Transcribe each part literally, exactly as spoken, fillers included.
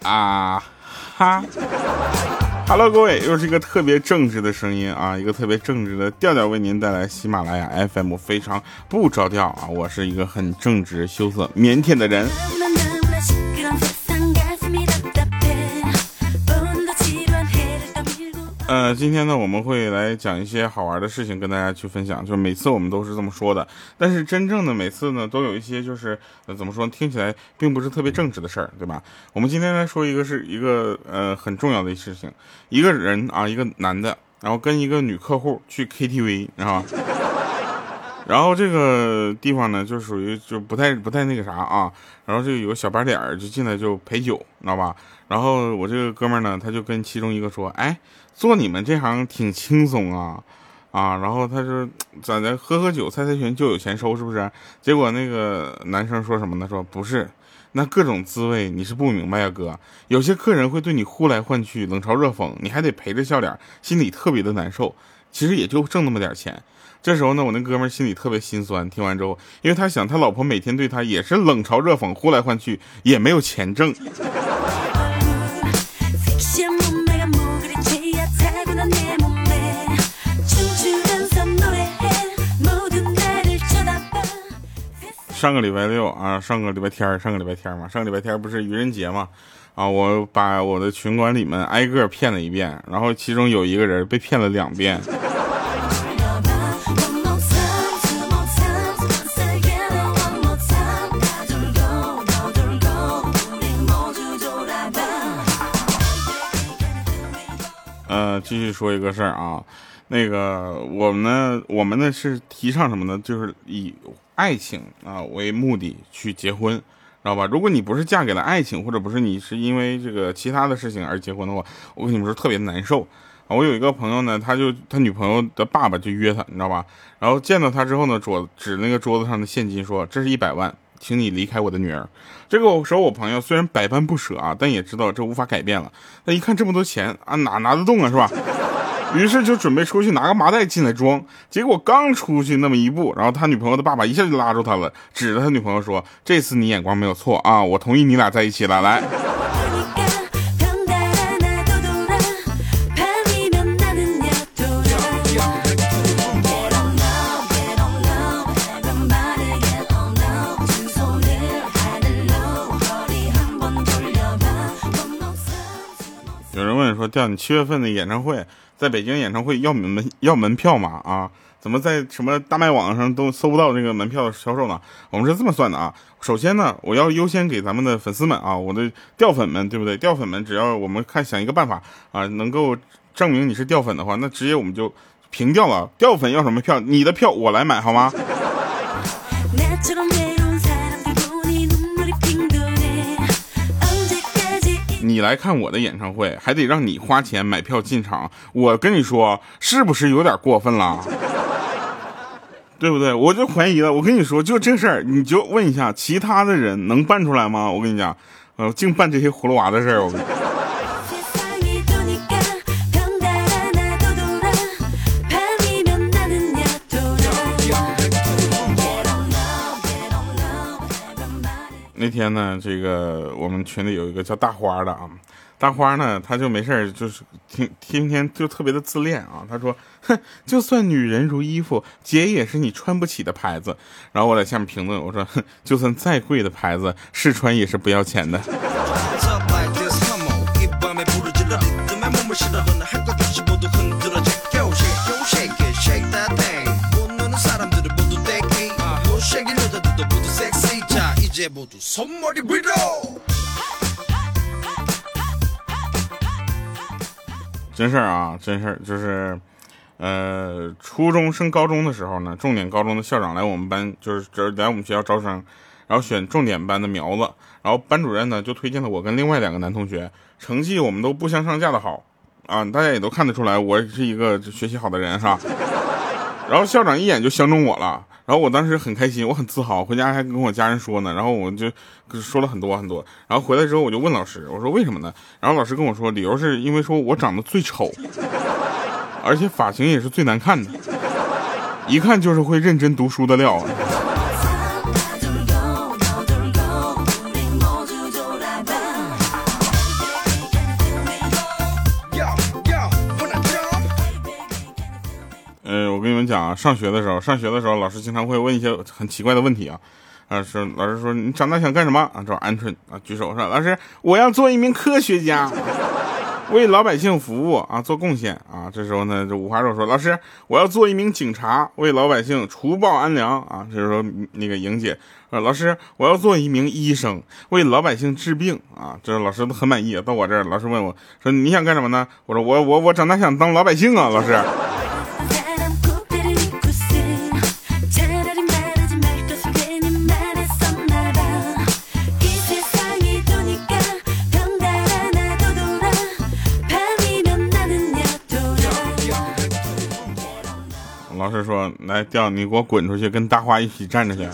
啊哈 ，Hello， 各位，又是一个特别正直的声音啊，一个特别正直的调调为您带来喜马拉雅 F M 非常不着调啊，我是一个很正直、羞涩、腼腆的人。呃，今天呢，我们会来讲一些好玩的事情跟大家去分享。就每次我们都是这么说的，但是真正的每次呢，都有一些就是、呃、怎么说，听起来并不是特别正直的事儿，对吧？我们今天来说一个是一个呃很重要的事情，一个人啊，一个男的，然后跟一个女客户去 K T V 啊。然后这个地方呢，就属于就不太不太那个啥啊，然后这个有个小白脸儿就进来就陪酒，你知道吧？然后我这个哥们儿呢，他就跟其中一个说：“哎，做你们这行挺轻松啊，啊！”然后他说：“咋的？喝喝酒、猜猜拳就有钱收，是不是？”结果那个男生说什么呢？说不是，那各种滋味你是不明白呀，哥。有些客人会对你呼来唤去、冷嘲热讽，你还得陪着笑脸，心里特别的难受。其实也就挣那么点钱。这时候呢，我那哥们儿心里特别心酸。听完之后，因为他想他老婆每天对他也是冷嘲热讽、呼来唤去，也没有钱挣。上个礼拜六啊，上个礼拜天上个礼拜天嘛，上个礼拜天不是愚人节嘛，啊，我把我的群管理们挨个骗了一遍，然后其中有一个人被骗了两遍。呃，继续说一个事儿啊，那个我们呢，我们呢是提倡什么呢？就是以爱情啊为目的去结婚，知道吧？如果你不是嫁给了爱情，或者不是你是因为这个其他的事情而结婚的话，我跟你们说特别难受啊。我有一个朋友呢，他就他女朋友的爸爸就约他，你知道吧？然后见到他之后呢，桌指那个桌子上的现金说：“这是一百万。”请你离开我的女儿。这个时候我朋友虽然百般不舍啊，但也知道这无法改变了。那一看这么多钱啊，哪拿得动啊，是吧？于是就准备出去拿个麻袋进来装。结果刚出去那么一步，然后他女朋友的爸爸一下就拉住他了，指着他女朋友说：“这次你眼光没有错啊，我同意你俩在一起了，来。”有人问说：“调你七月份的演唱会，在北京演唱会要门要门票吗？啊，怎么在什么大麦网上都搜不到这个门票的销售呢？”我们是这么算的啊，首先呢，我要优先给咱们的粉丝们啊，我的掉粉们，对不对？掉粉们，只要我们看想一个办法啊，能够证明你是掉粉的话，那直接我们就平掉了。掉粉要什么票？你的票我来买，好吗？你来看我的演唱会，还得让你花钱买票进场，我跟你说，是不是有点过分了？对不对？我就怀疑了。我跟你说，就这事儿，你就问一下其他的人能办出来吗？我跟你讲，呃，净办这些葫芦娃的事儿。我跟你那天呢，这个我们群里有一个叫大花的啊，大花呢，他就没事就是天天天就特别的自恋啊。他说：“哼，就算女人如衣服，姐也是你穿不起的牌子。”然后我在下面评论，我说：“哼，就算再贵的牌子，试穿也是不要钱的。”真事儿啊，真事儿，就是，呃，初中升高中的时候呢，重点高中的校长来我们班，就是这来我们学校招生，然后选重点班的苗子，然后班主任呢就推荐了我跟另外两个男同学，成绩我们都不相上下的好，啊，大家也都看得出来我是一个学习好的人，是吧？然后校长一眼就相中我了。然后我当时很开心，我很自豪，回家还跟我家人说呢。然后我就说了很多很多。然后回来之后我就问老师，我说为什么呢？然后老师跟我说，理由是因为说我长得最丑，而且发型也是最难看的，一看就是会认真读书的料。 想啊，上学的时候，上学的时候，老师经常会问一些很奇怪的问题啊。啊，说老师说你长大想干什么啊？找鹌鹑啊，举手说老师，我要做一名科学家，为老百姓服务啊，做贡献啊。这时候呢，这五花肉说老师，我要做一名警察，为老百姓除暴安良啊。这时候那个莹姐说老师，我要做一名医生，为老百姓治病啊。这老师都很满意。到我这儿，老师问我说你想干什么呢？我说我我我长大想当老百姓啊，老师。老师说来调你给我滚出去，跟大花一起站着去。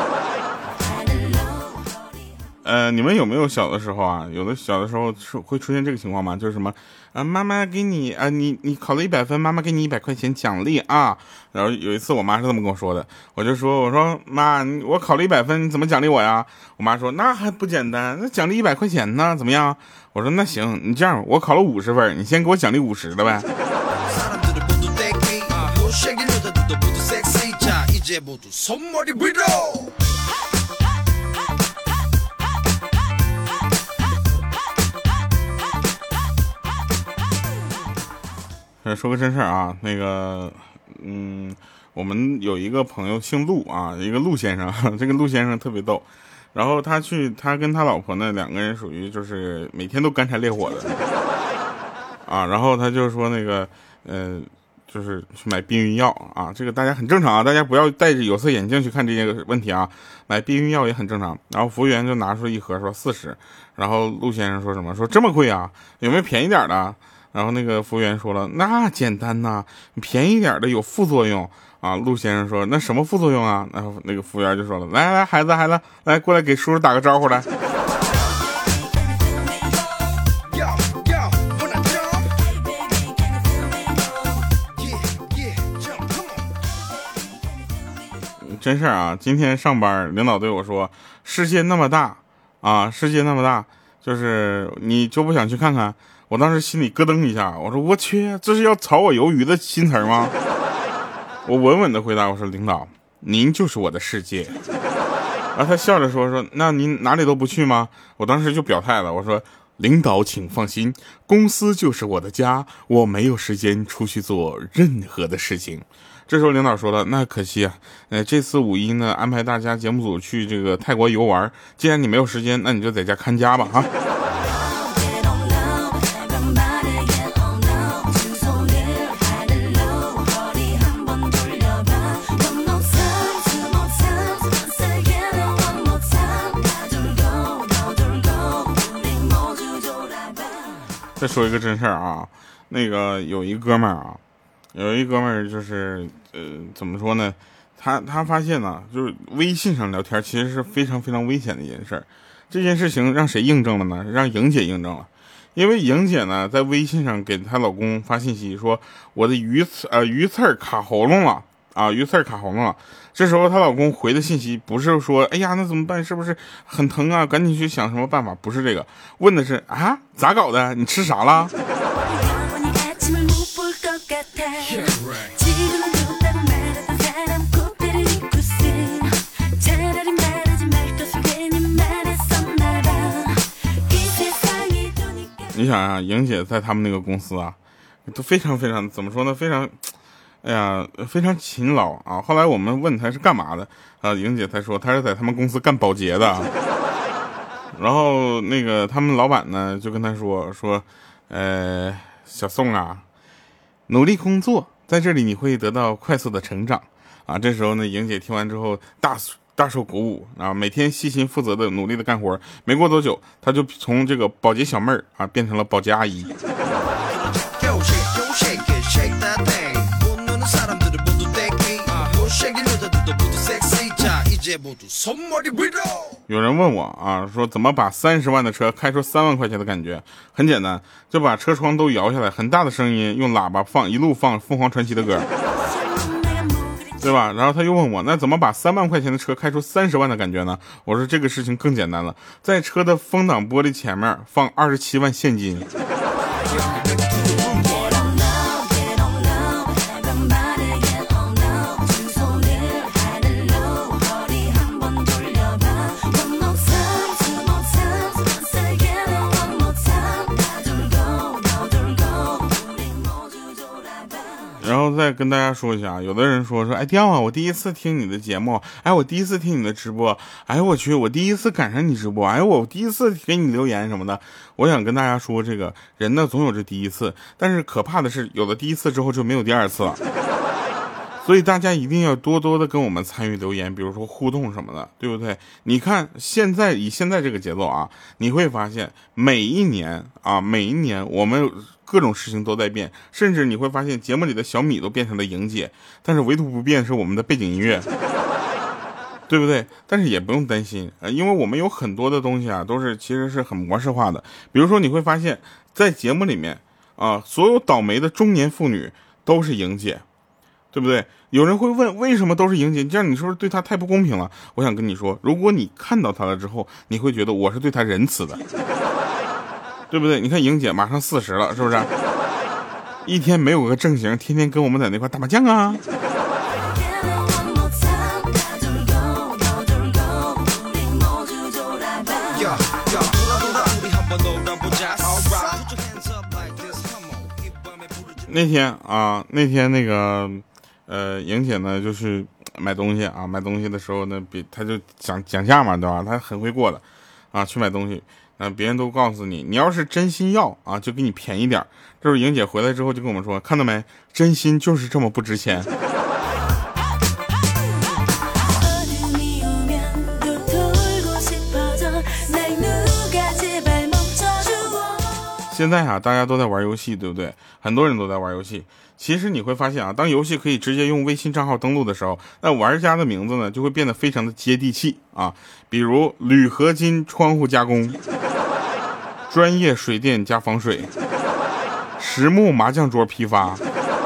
呃，你们有没有小的时候啊？有的小的时候是会出现这个情况吗？就是什么啊，妈妈给你啊，你你考了一百分，妈妈给你一百块钱奖励啊。然后有一次我妈是这么跟我说的，我就说我说妈，我考了一百分，你怎么奖励我呀？我妈说那还不简单，那奖励一百块钱呢，怎么样？我说那行，你这样，我考了五十分，你先给我奖励五十的呗。说个真事儿啊，那个，嗯，我们有一个朋友姓陆啊，一个陆先生，这个陆先生特别逗。然后他去，他跟他老婆呢，两个人属于就是每天都干柴烈火的啊。然后他就说那个，呃，就是去买避孕药啊，这个大家很正常啊，大家不要戴着有色眼镜去看这些问题啊。买避孕药也很正常。然后服务员就拿出一盒说四十，然后陆先生说什么？说这么贵啊？有没有便宜点的？然后那个服务员说了，那简单呐，便宜点的有副作用啊。陆先生说，那什么副作用啊？然后那个服务员就说了，来来，孩子孩子，来过来给叔叔打个招呼来。真事儿啊，今天上班领导对我说，世界那么大啊，世界那么大，就是你就不想去看看？我当时心里咯噔一下，我说我去，这是要炒我鱿鱼的新词吗？我稳稳的回答，我说领导，您就是我的世界。然后他笑着说说，那您哪里都不去吗？我当时就表态了，我说领导请放心，公司就是我的家，我没有时间出去做任何的事情。这时候领导说了，那可惜啊，呃，这次五一呢安排大家节目组去这个泰国游玩，既然你没有时间，那你就在家看家吧哈。再说一个真事儿啊，那个有一哥们儿啊，有一哥们儿就是呃怎么说呢？他他发现呢，就是微信上聊天其实是非常非常危险的一件事儿。这件事情让谁印证了呢？让莹姐印证了。因为莹姐呢在微信上给她老公发信息说，我的鱼刺呃鱼刺卡喉咙了啊，鱼刺卡喉咙了。这时候她老公回的信息不是说，哎呀那怎么办？是不是很疼啊？赶紧去想什么办法？不是这个，问的是啊咋搞的？你吃啥了？你想啊，莹姐在他们那个公司啊，都非常非常怎么说呢？非常，哎呀，非常勤劳啊。后来我们问她是干嘛的啊，莹姐才说她是在他们公司干保洁的。然后那个他们老板呢就跟她说说，呃，小宋啊，努力工作，在这里你会得到快速的成长啊。这时候呢，莹姐听完之后大大受鼓舞啊，每天细心负责的努力的干活，没过多久，她就从这个保洁小妹儿啊变成了保洁阿姨。有人问我啊，说怎么把三十万的车开出三万块钱的感觉？很简单，就把车窗都摇下来，很大的声音，用喇叭放，一路放凤凰传奇的歌，对吧？然后他又问我，那怎么把三万块钱的车开出三十万的感觉呢？我说这个事情更简单了，在车的风挡玻璃前面放二十七万现金。 再跟大家说一下啊，有的人说说，哎，掉啊，我第一次听你的节目，哎，我第一次听你的直播，哎，我去，我第一次赶上你直播，哎，我第一次给你留言什么的。我想跟大家说，这个人呢总有这第一次，但是可怕的是，有了第一次之后就没有第二次了。所以大家一定要多多的跟我们参与留言，比如说互动什么的，对不对？你看现在以现在这个节奏啊，你会发现每一年啊，每一年我们各种事情都在变，甚至你会发现节目里的小米都变成了莹姐，但是唯独不变是我们的背景音乐，对不对？但是也不用担心，呃，因为我们有很多的东西啊，都是其实是很模式化的。比如说你会发现在节目里面啊，所有倒霉的中年妇女都是莹姐，对不对？有人会问为什么都是莹姐，这样你是不是对她太不公平了？我想跟你说，如果你看到她了之后，你会觉得我是对她仁慈的，对不对？你看莹姐马上四十了，是不是？一天没有个正形，天天跟我们在那块打麻将啊。那天啊，那天那个，呃，莹姐呢，就是买东西啊，买东西的时候呢，比她就讲讲价嘛，对吧？她很会过的，啊，去买东西，啊，别人都告诉你，你要是真心要啊，就给你便宜点。这时候莹姐回来之后就跟我们说，看到没，真心就是这么不值钱。现在啊，大家都在玩游戏，对不对？很多人都在玩游戏。其实你会发现啊，当游戏可以直接用微信账号登录的时候，那玩家的名字呢就会变得非常的接地气啊。比如铝合金窗户加工、专业水电加防水、实木麻将桌批发。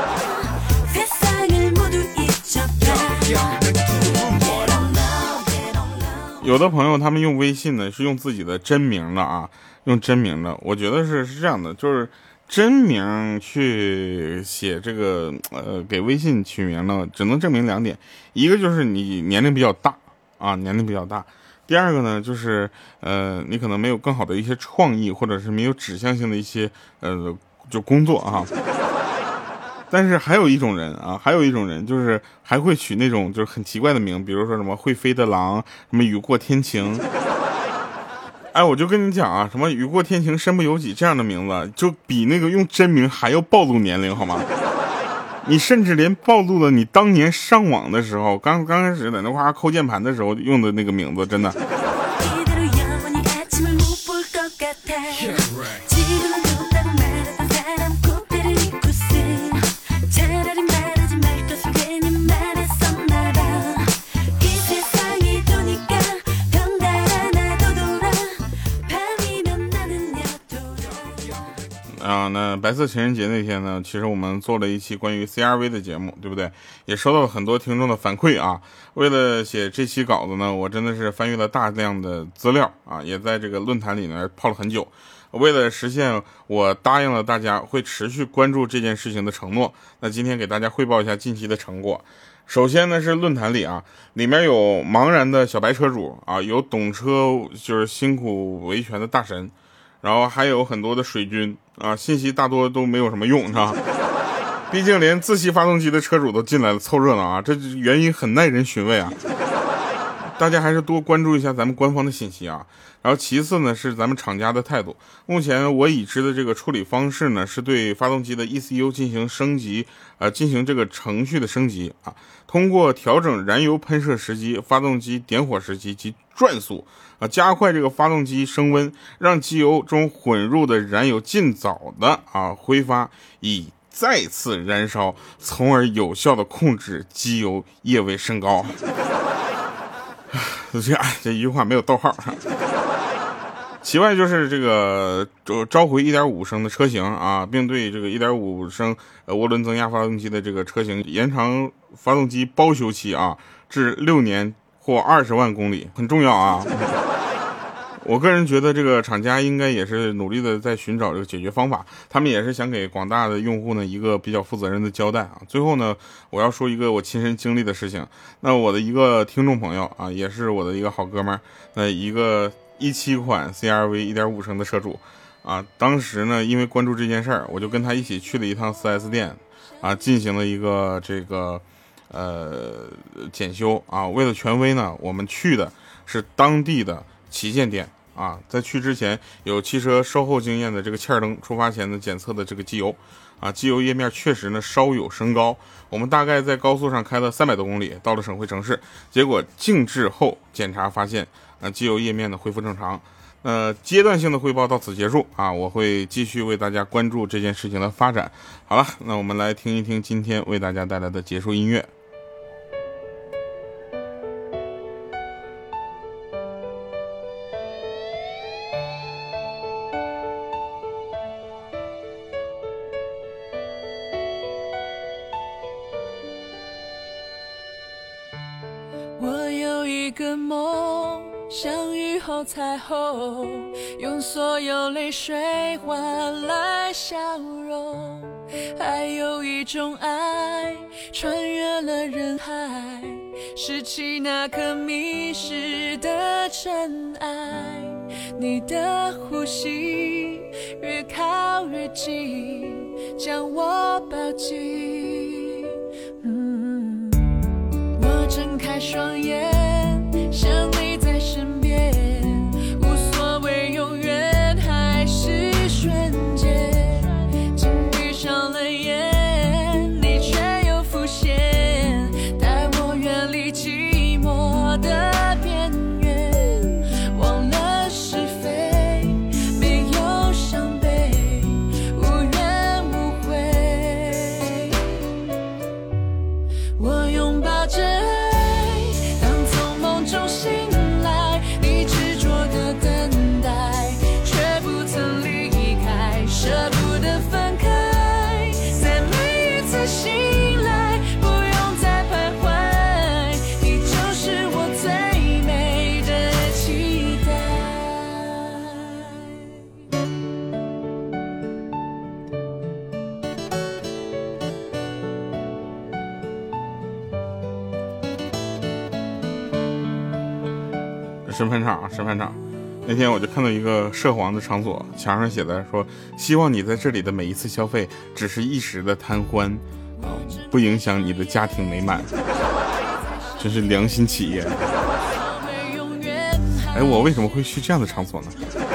有的朋友他们用微信呢是用自己的真名的啊，用真名的，我觉得是是这样的，就是真名去写这个呃给微信取名呢，只能证明两点，一个就是你年龄比较大啊，年龄比较大，第二个呢就是呃你可能没有更好的一些创意，或者是没有指向性的一些呃就工作啊。但是还有一种人啊，还有一种人就是还会取那种就是很奇怪的名，比如说什么会飞的狼，什么雨过天晴。哎，我就跟你讲啊，什么雨过天晴身不由己这样的名字，就比那个用真名还要暴露年龄，好吗？你甚至连暴露了你当年上网的时候，刚刚开始在那块抠键盘的时候用的那个名字，真的。啊，那白色情人节那天呢，其实我们做了一期关于 C R V 的节目，对不对？也收到了很多听众的反馈啊。为了写这期稿子呢，我真的是翻阅了大量的资料啊，也在这个论坛里呢泡了很久。为了实现我答应了大家会持续关注这件事情的承诺，那今天给大家汇报一下近期的成果。首先呢是论坛里啊，里面有茫然的小白车主啊，有懂车就是辛苦维权的大神，然后还有很多的水军啊，信息大多都没有什么用，是吧？毕竟连自吸发动机的车主都进来了凑热闹啊，这原因很耐人寻味啊。大家还是多关注一下咱们官方的信息啊。然后其次呢是咱们厂家的态度。目前我已知的这个处理方式呢，是对发动机的 E C U 进行升级，呃，进行这个程序的升级啊。通过调整燃油喷射时机、发动机点火时机及转速啊，加快这个发动机升温，让机油中混入的燃油尽早的啊挥发，以再次燃烧，从而有效的控制机油液位升高。这这一句话没有逗号。其外就是这个召回 一点五 升的车型啊，并对这个 一点五 升呃涡轮增压发动机的这个车型延长发动机保修期啊至六年或二十万公里，很重要啊。我个人觉得这个厂家应该也是努力的在寻找这个解决方法，他们也是想给广大的用户呢一个比较负责任的交代啊。最后呢，我要说一个我亲身经历的事情。那我的一个听众朋友啊，也是我的一个好哥们儿，那一个一七款 C R V 一点五 升的车主啊，当时呢，因为关注这件事儿，我就跟他一起去了一趟 四 S 店，啊，进行了一个这个呃检修啊。为了权威呢，我们去的是当地的旗舰店啊。在去之前，有汽车售后经验的这个切尔登出发前的检测的这个机油啊，机油页面确实呢稍有升高。我们大概在高速上开了三百多公里，到了省会城市，结果静置后检查发现，啊，机油页面呢恢复正常。呃，阶段性的汇报到此结束啊，我会继续为大家关注这件事情的发展。好了，那我们来听一听今天为大家带来的结束音乐。 我有一个梦，像雨后彩虹，用所有泪水换来笑容。还有一种爱，穿越了人海，拾起那颗迷失的尘埃。你的呼吸越靠越近，将我抱紧。嗯，我睁开双眼，想你在身边，无所谓永远还是瞬间。紧闭上了眼，你却又浮现，带我远离寂寞的边缘。忘了是非，没有伤悲，无怨无悔。我拥抱着中醒来，你执着的等待，却不曾离开，舍不得分开。在每一次醒来，不用再徘徊，你就是我最美的期待。 审判场，审判场。那天我就看到一个涉黄的场所，墙上写的说：“希望你在这里的每一次消费只是一时的贪欢，啊、呃，不影响你的家庭美满。”真是良心企业。哎，我为什么会去这样的场所呢？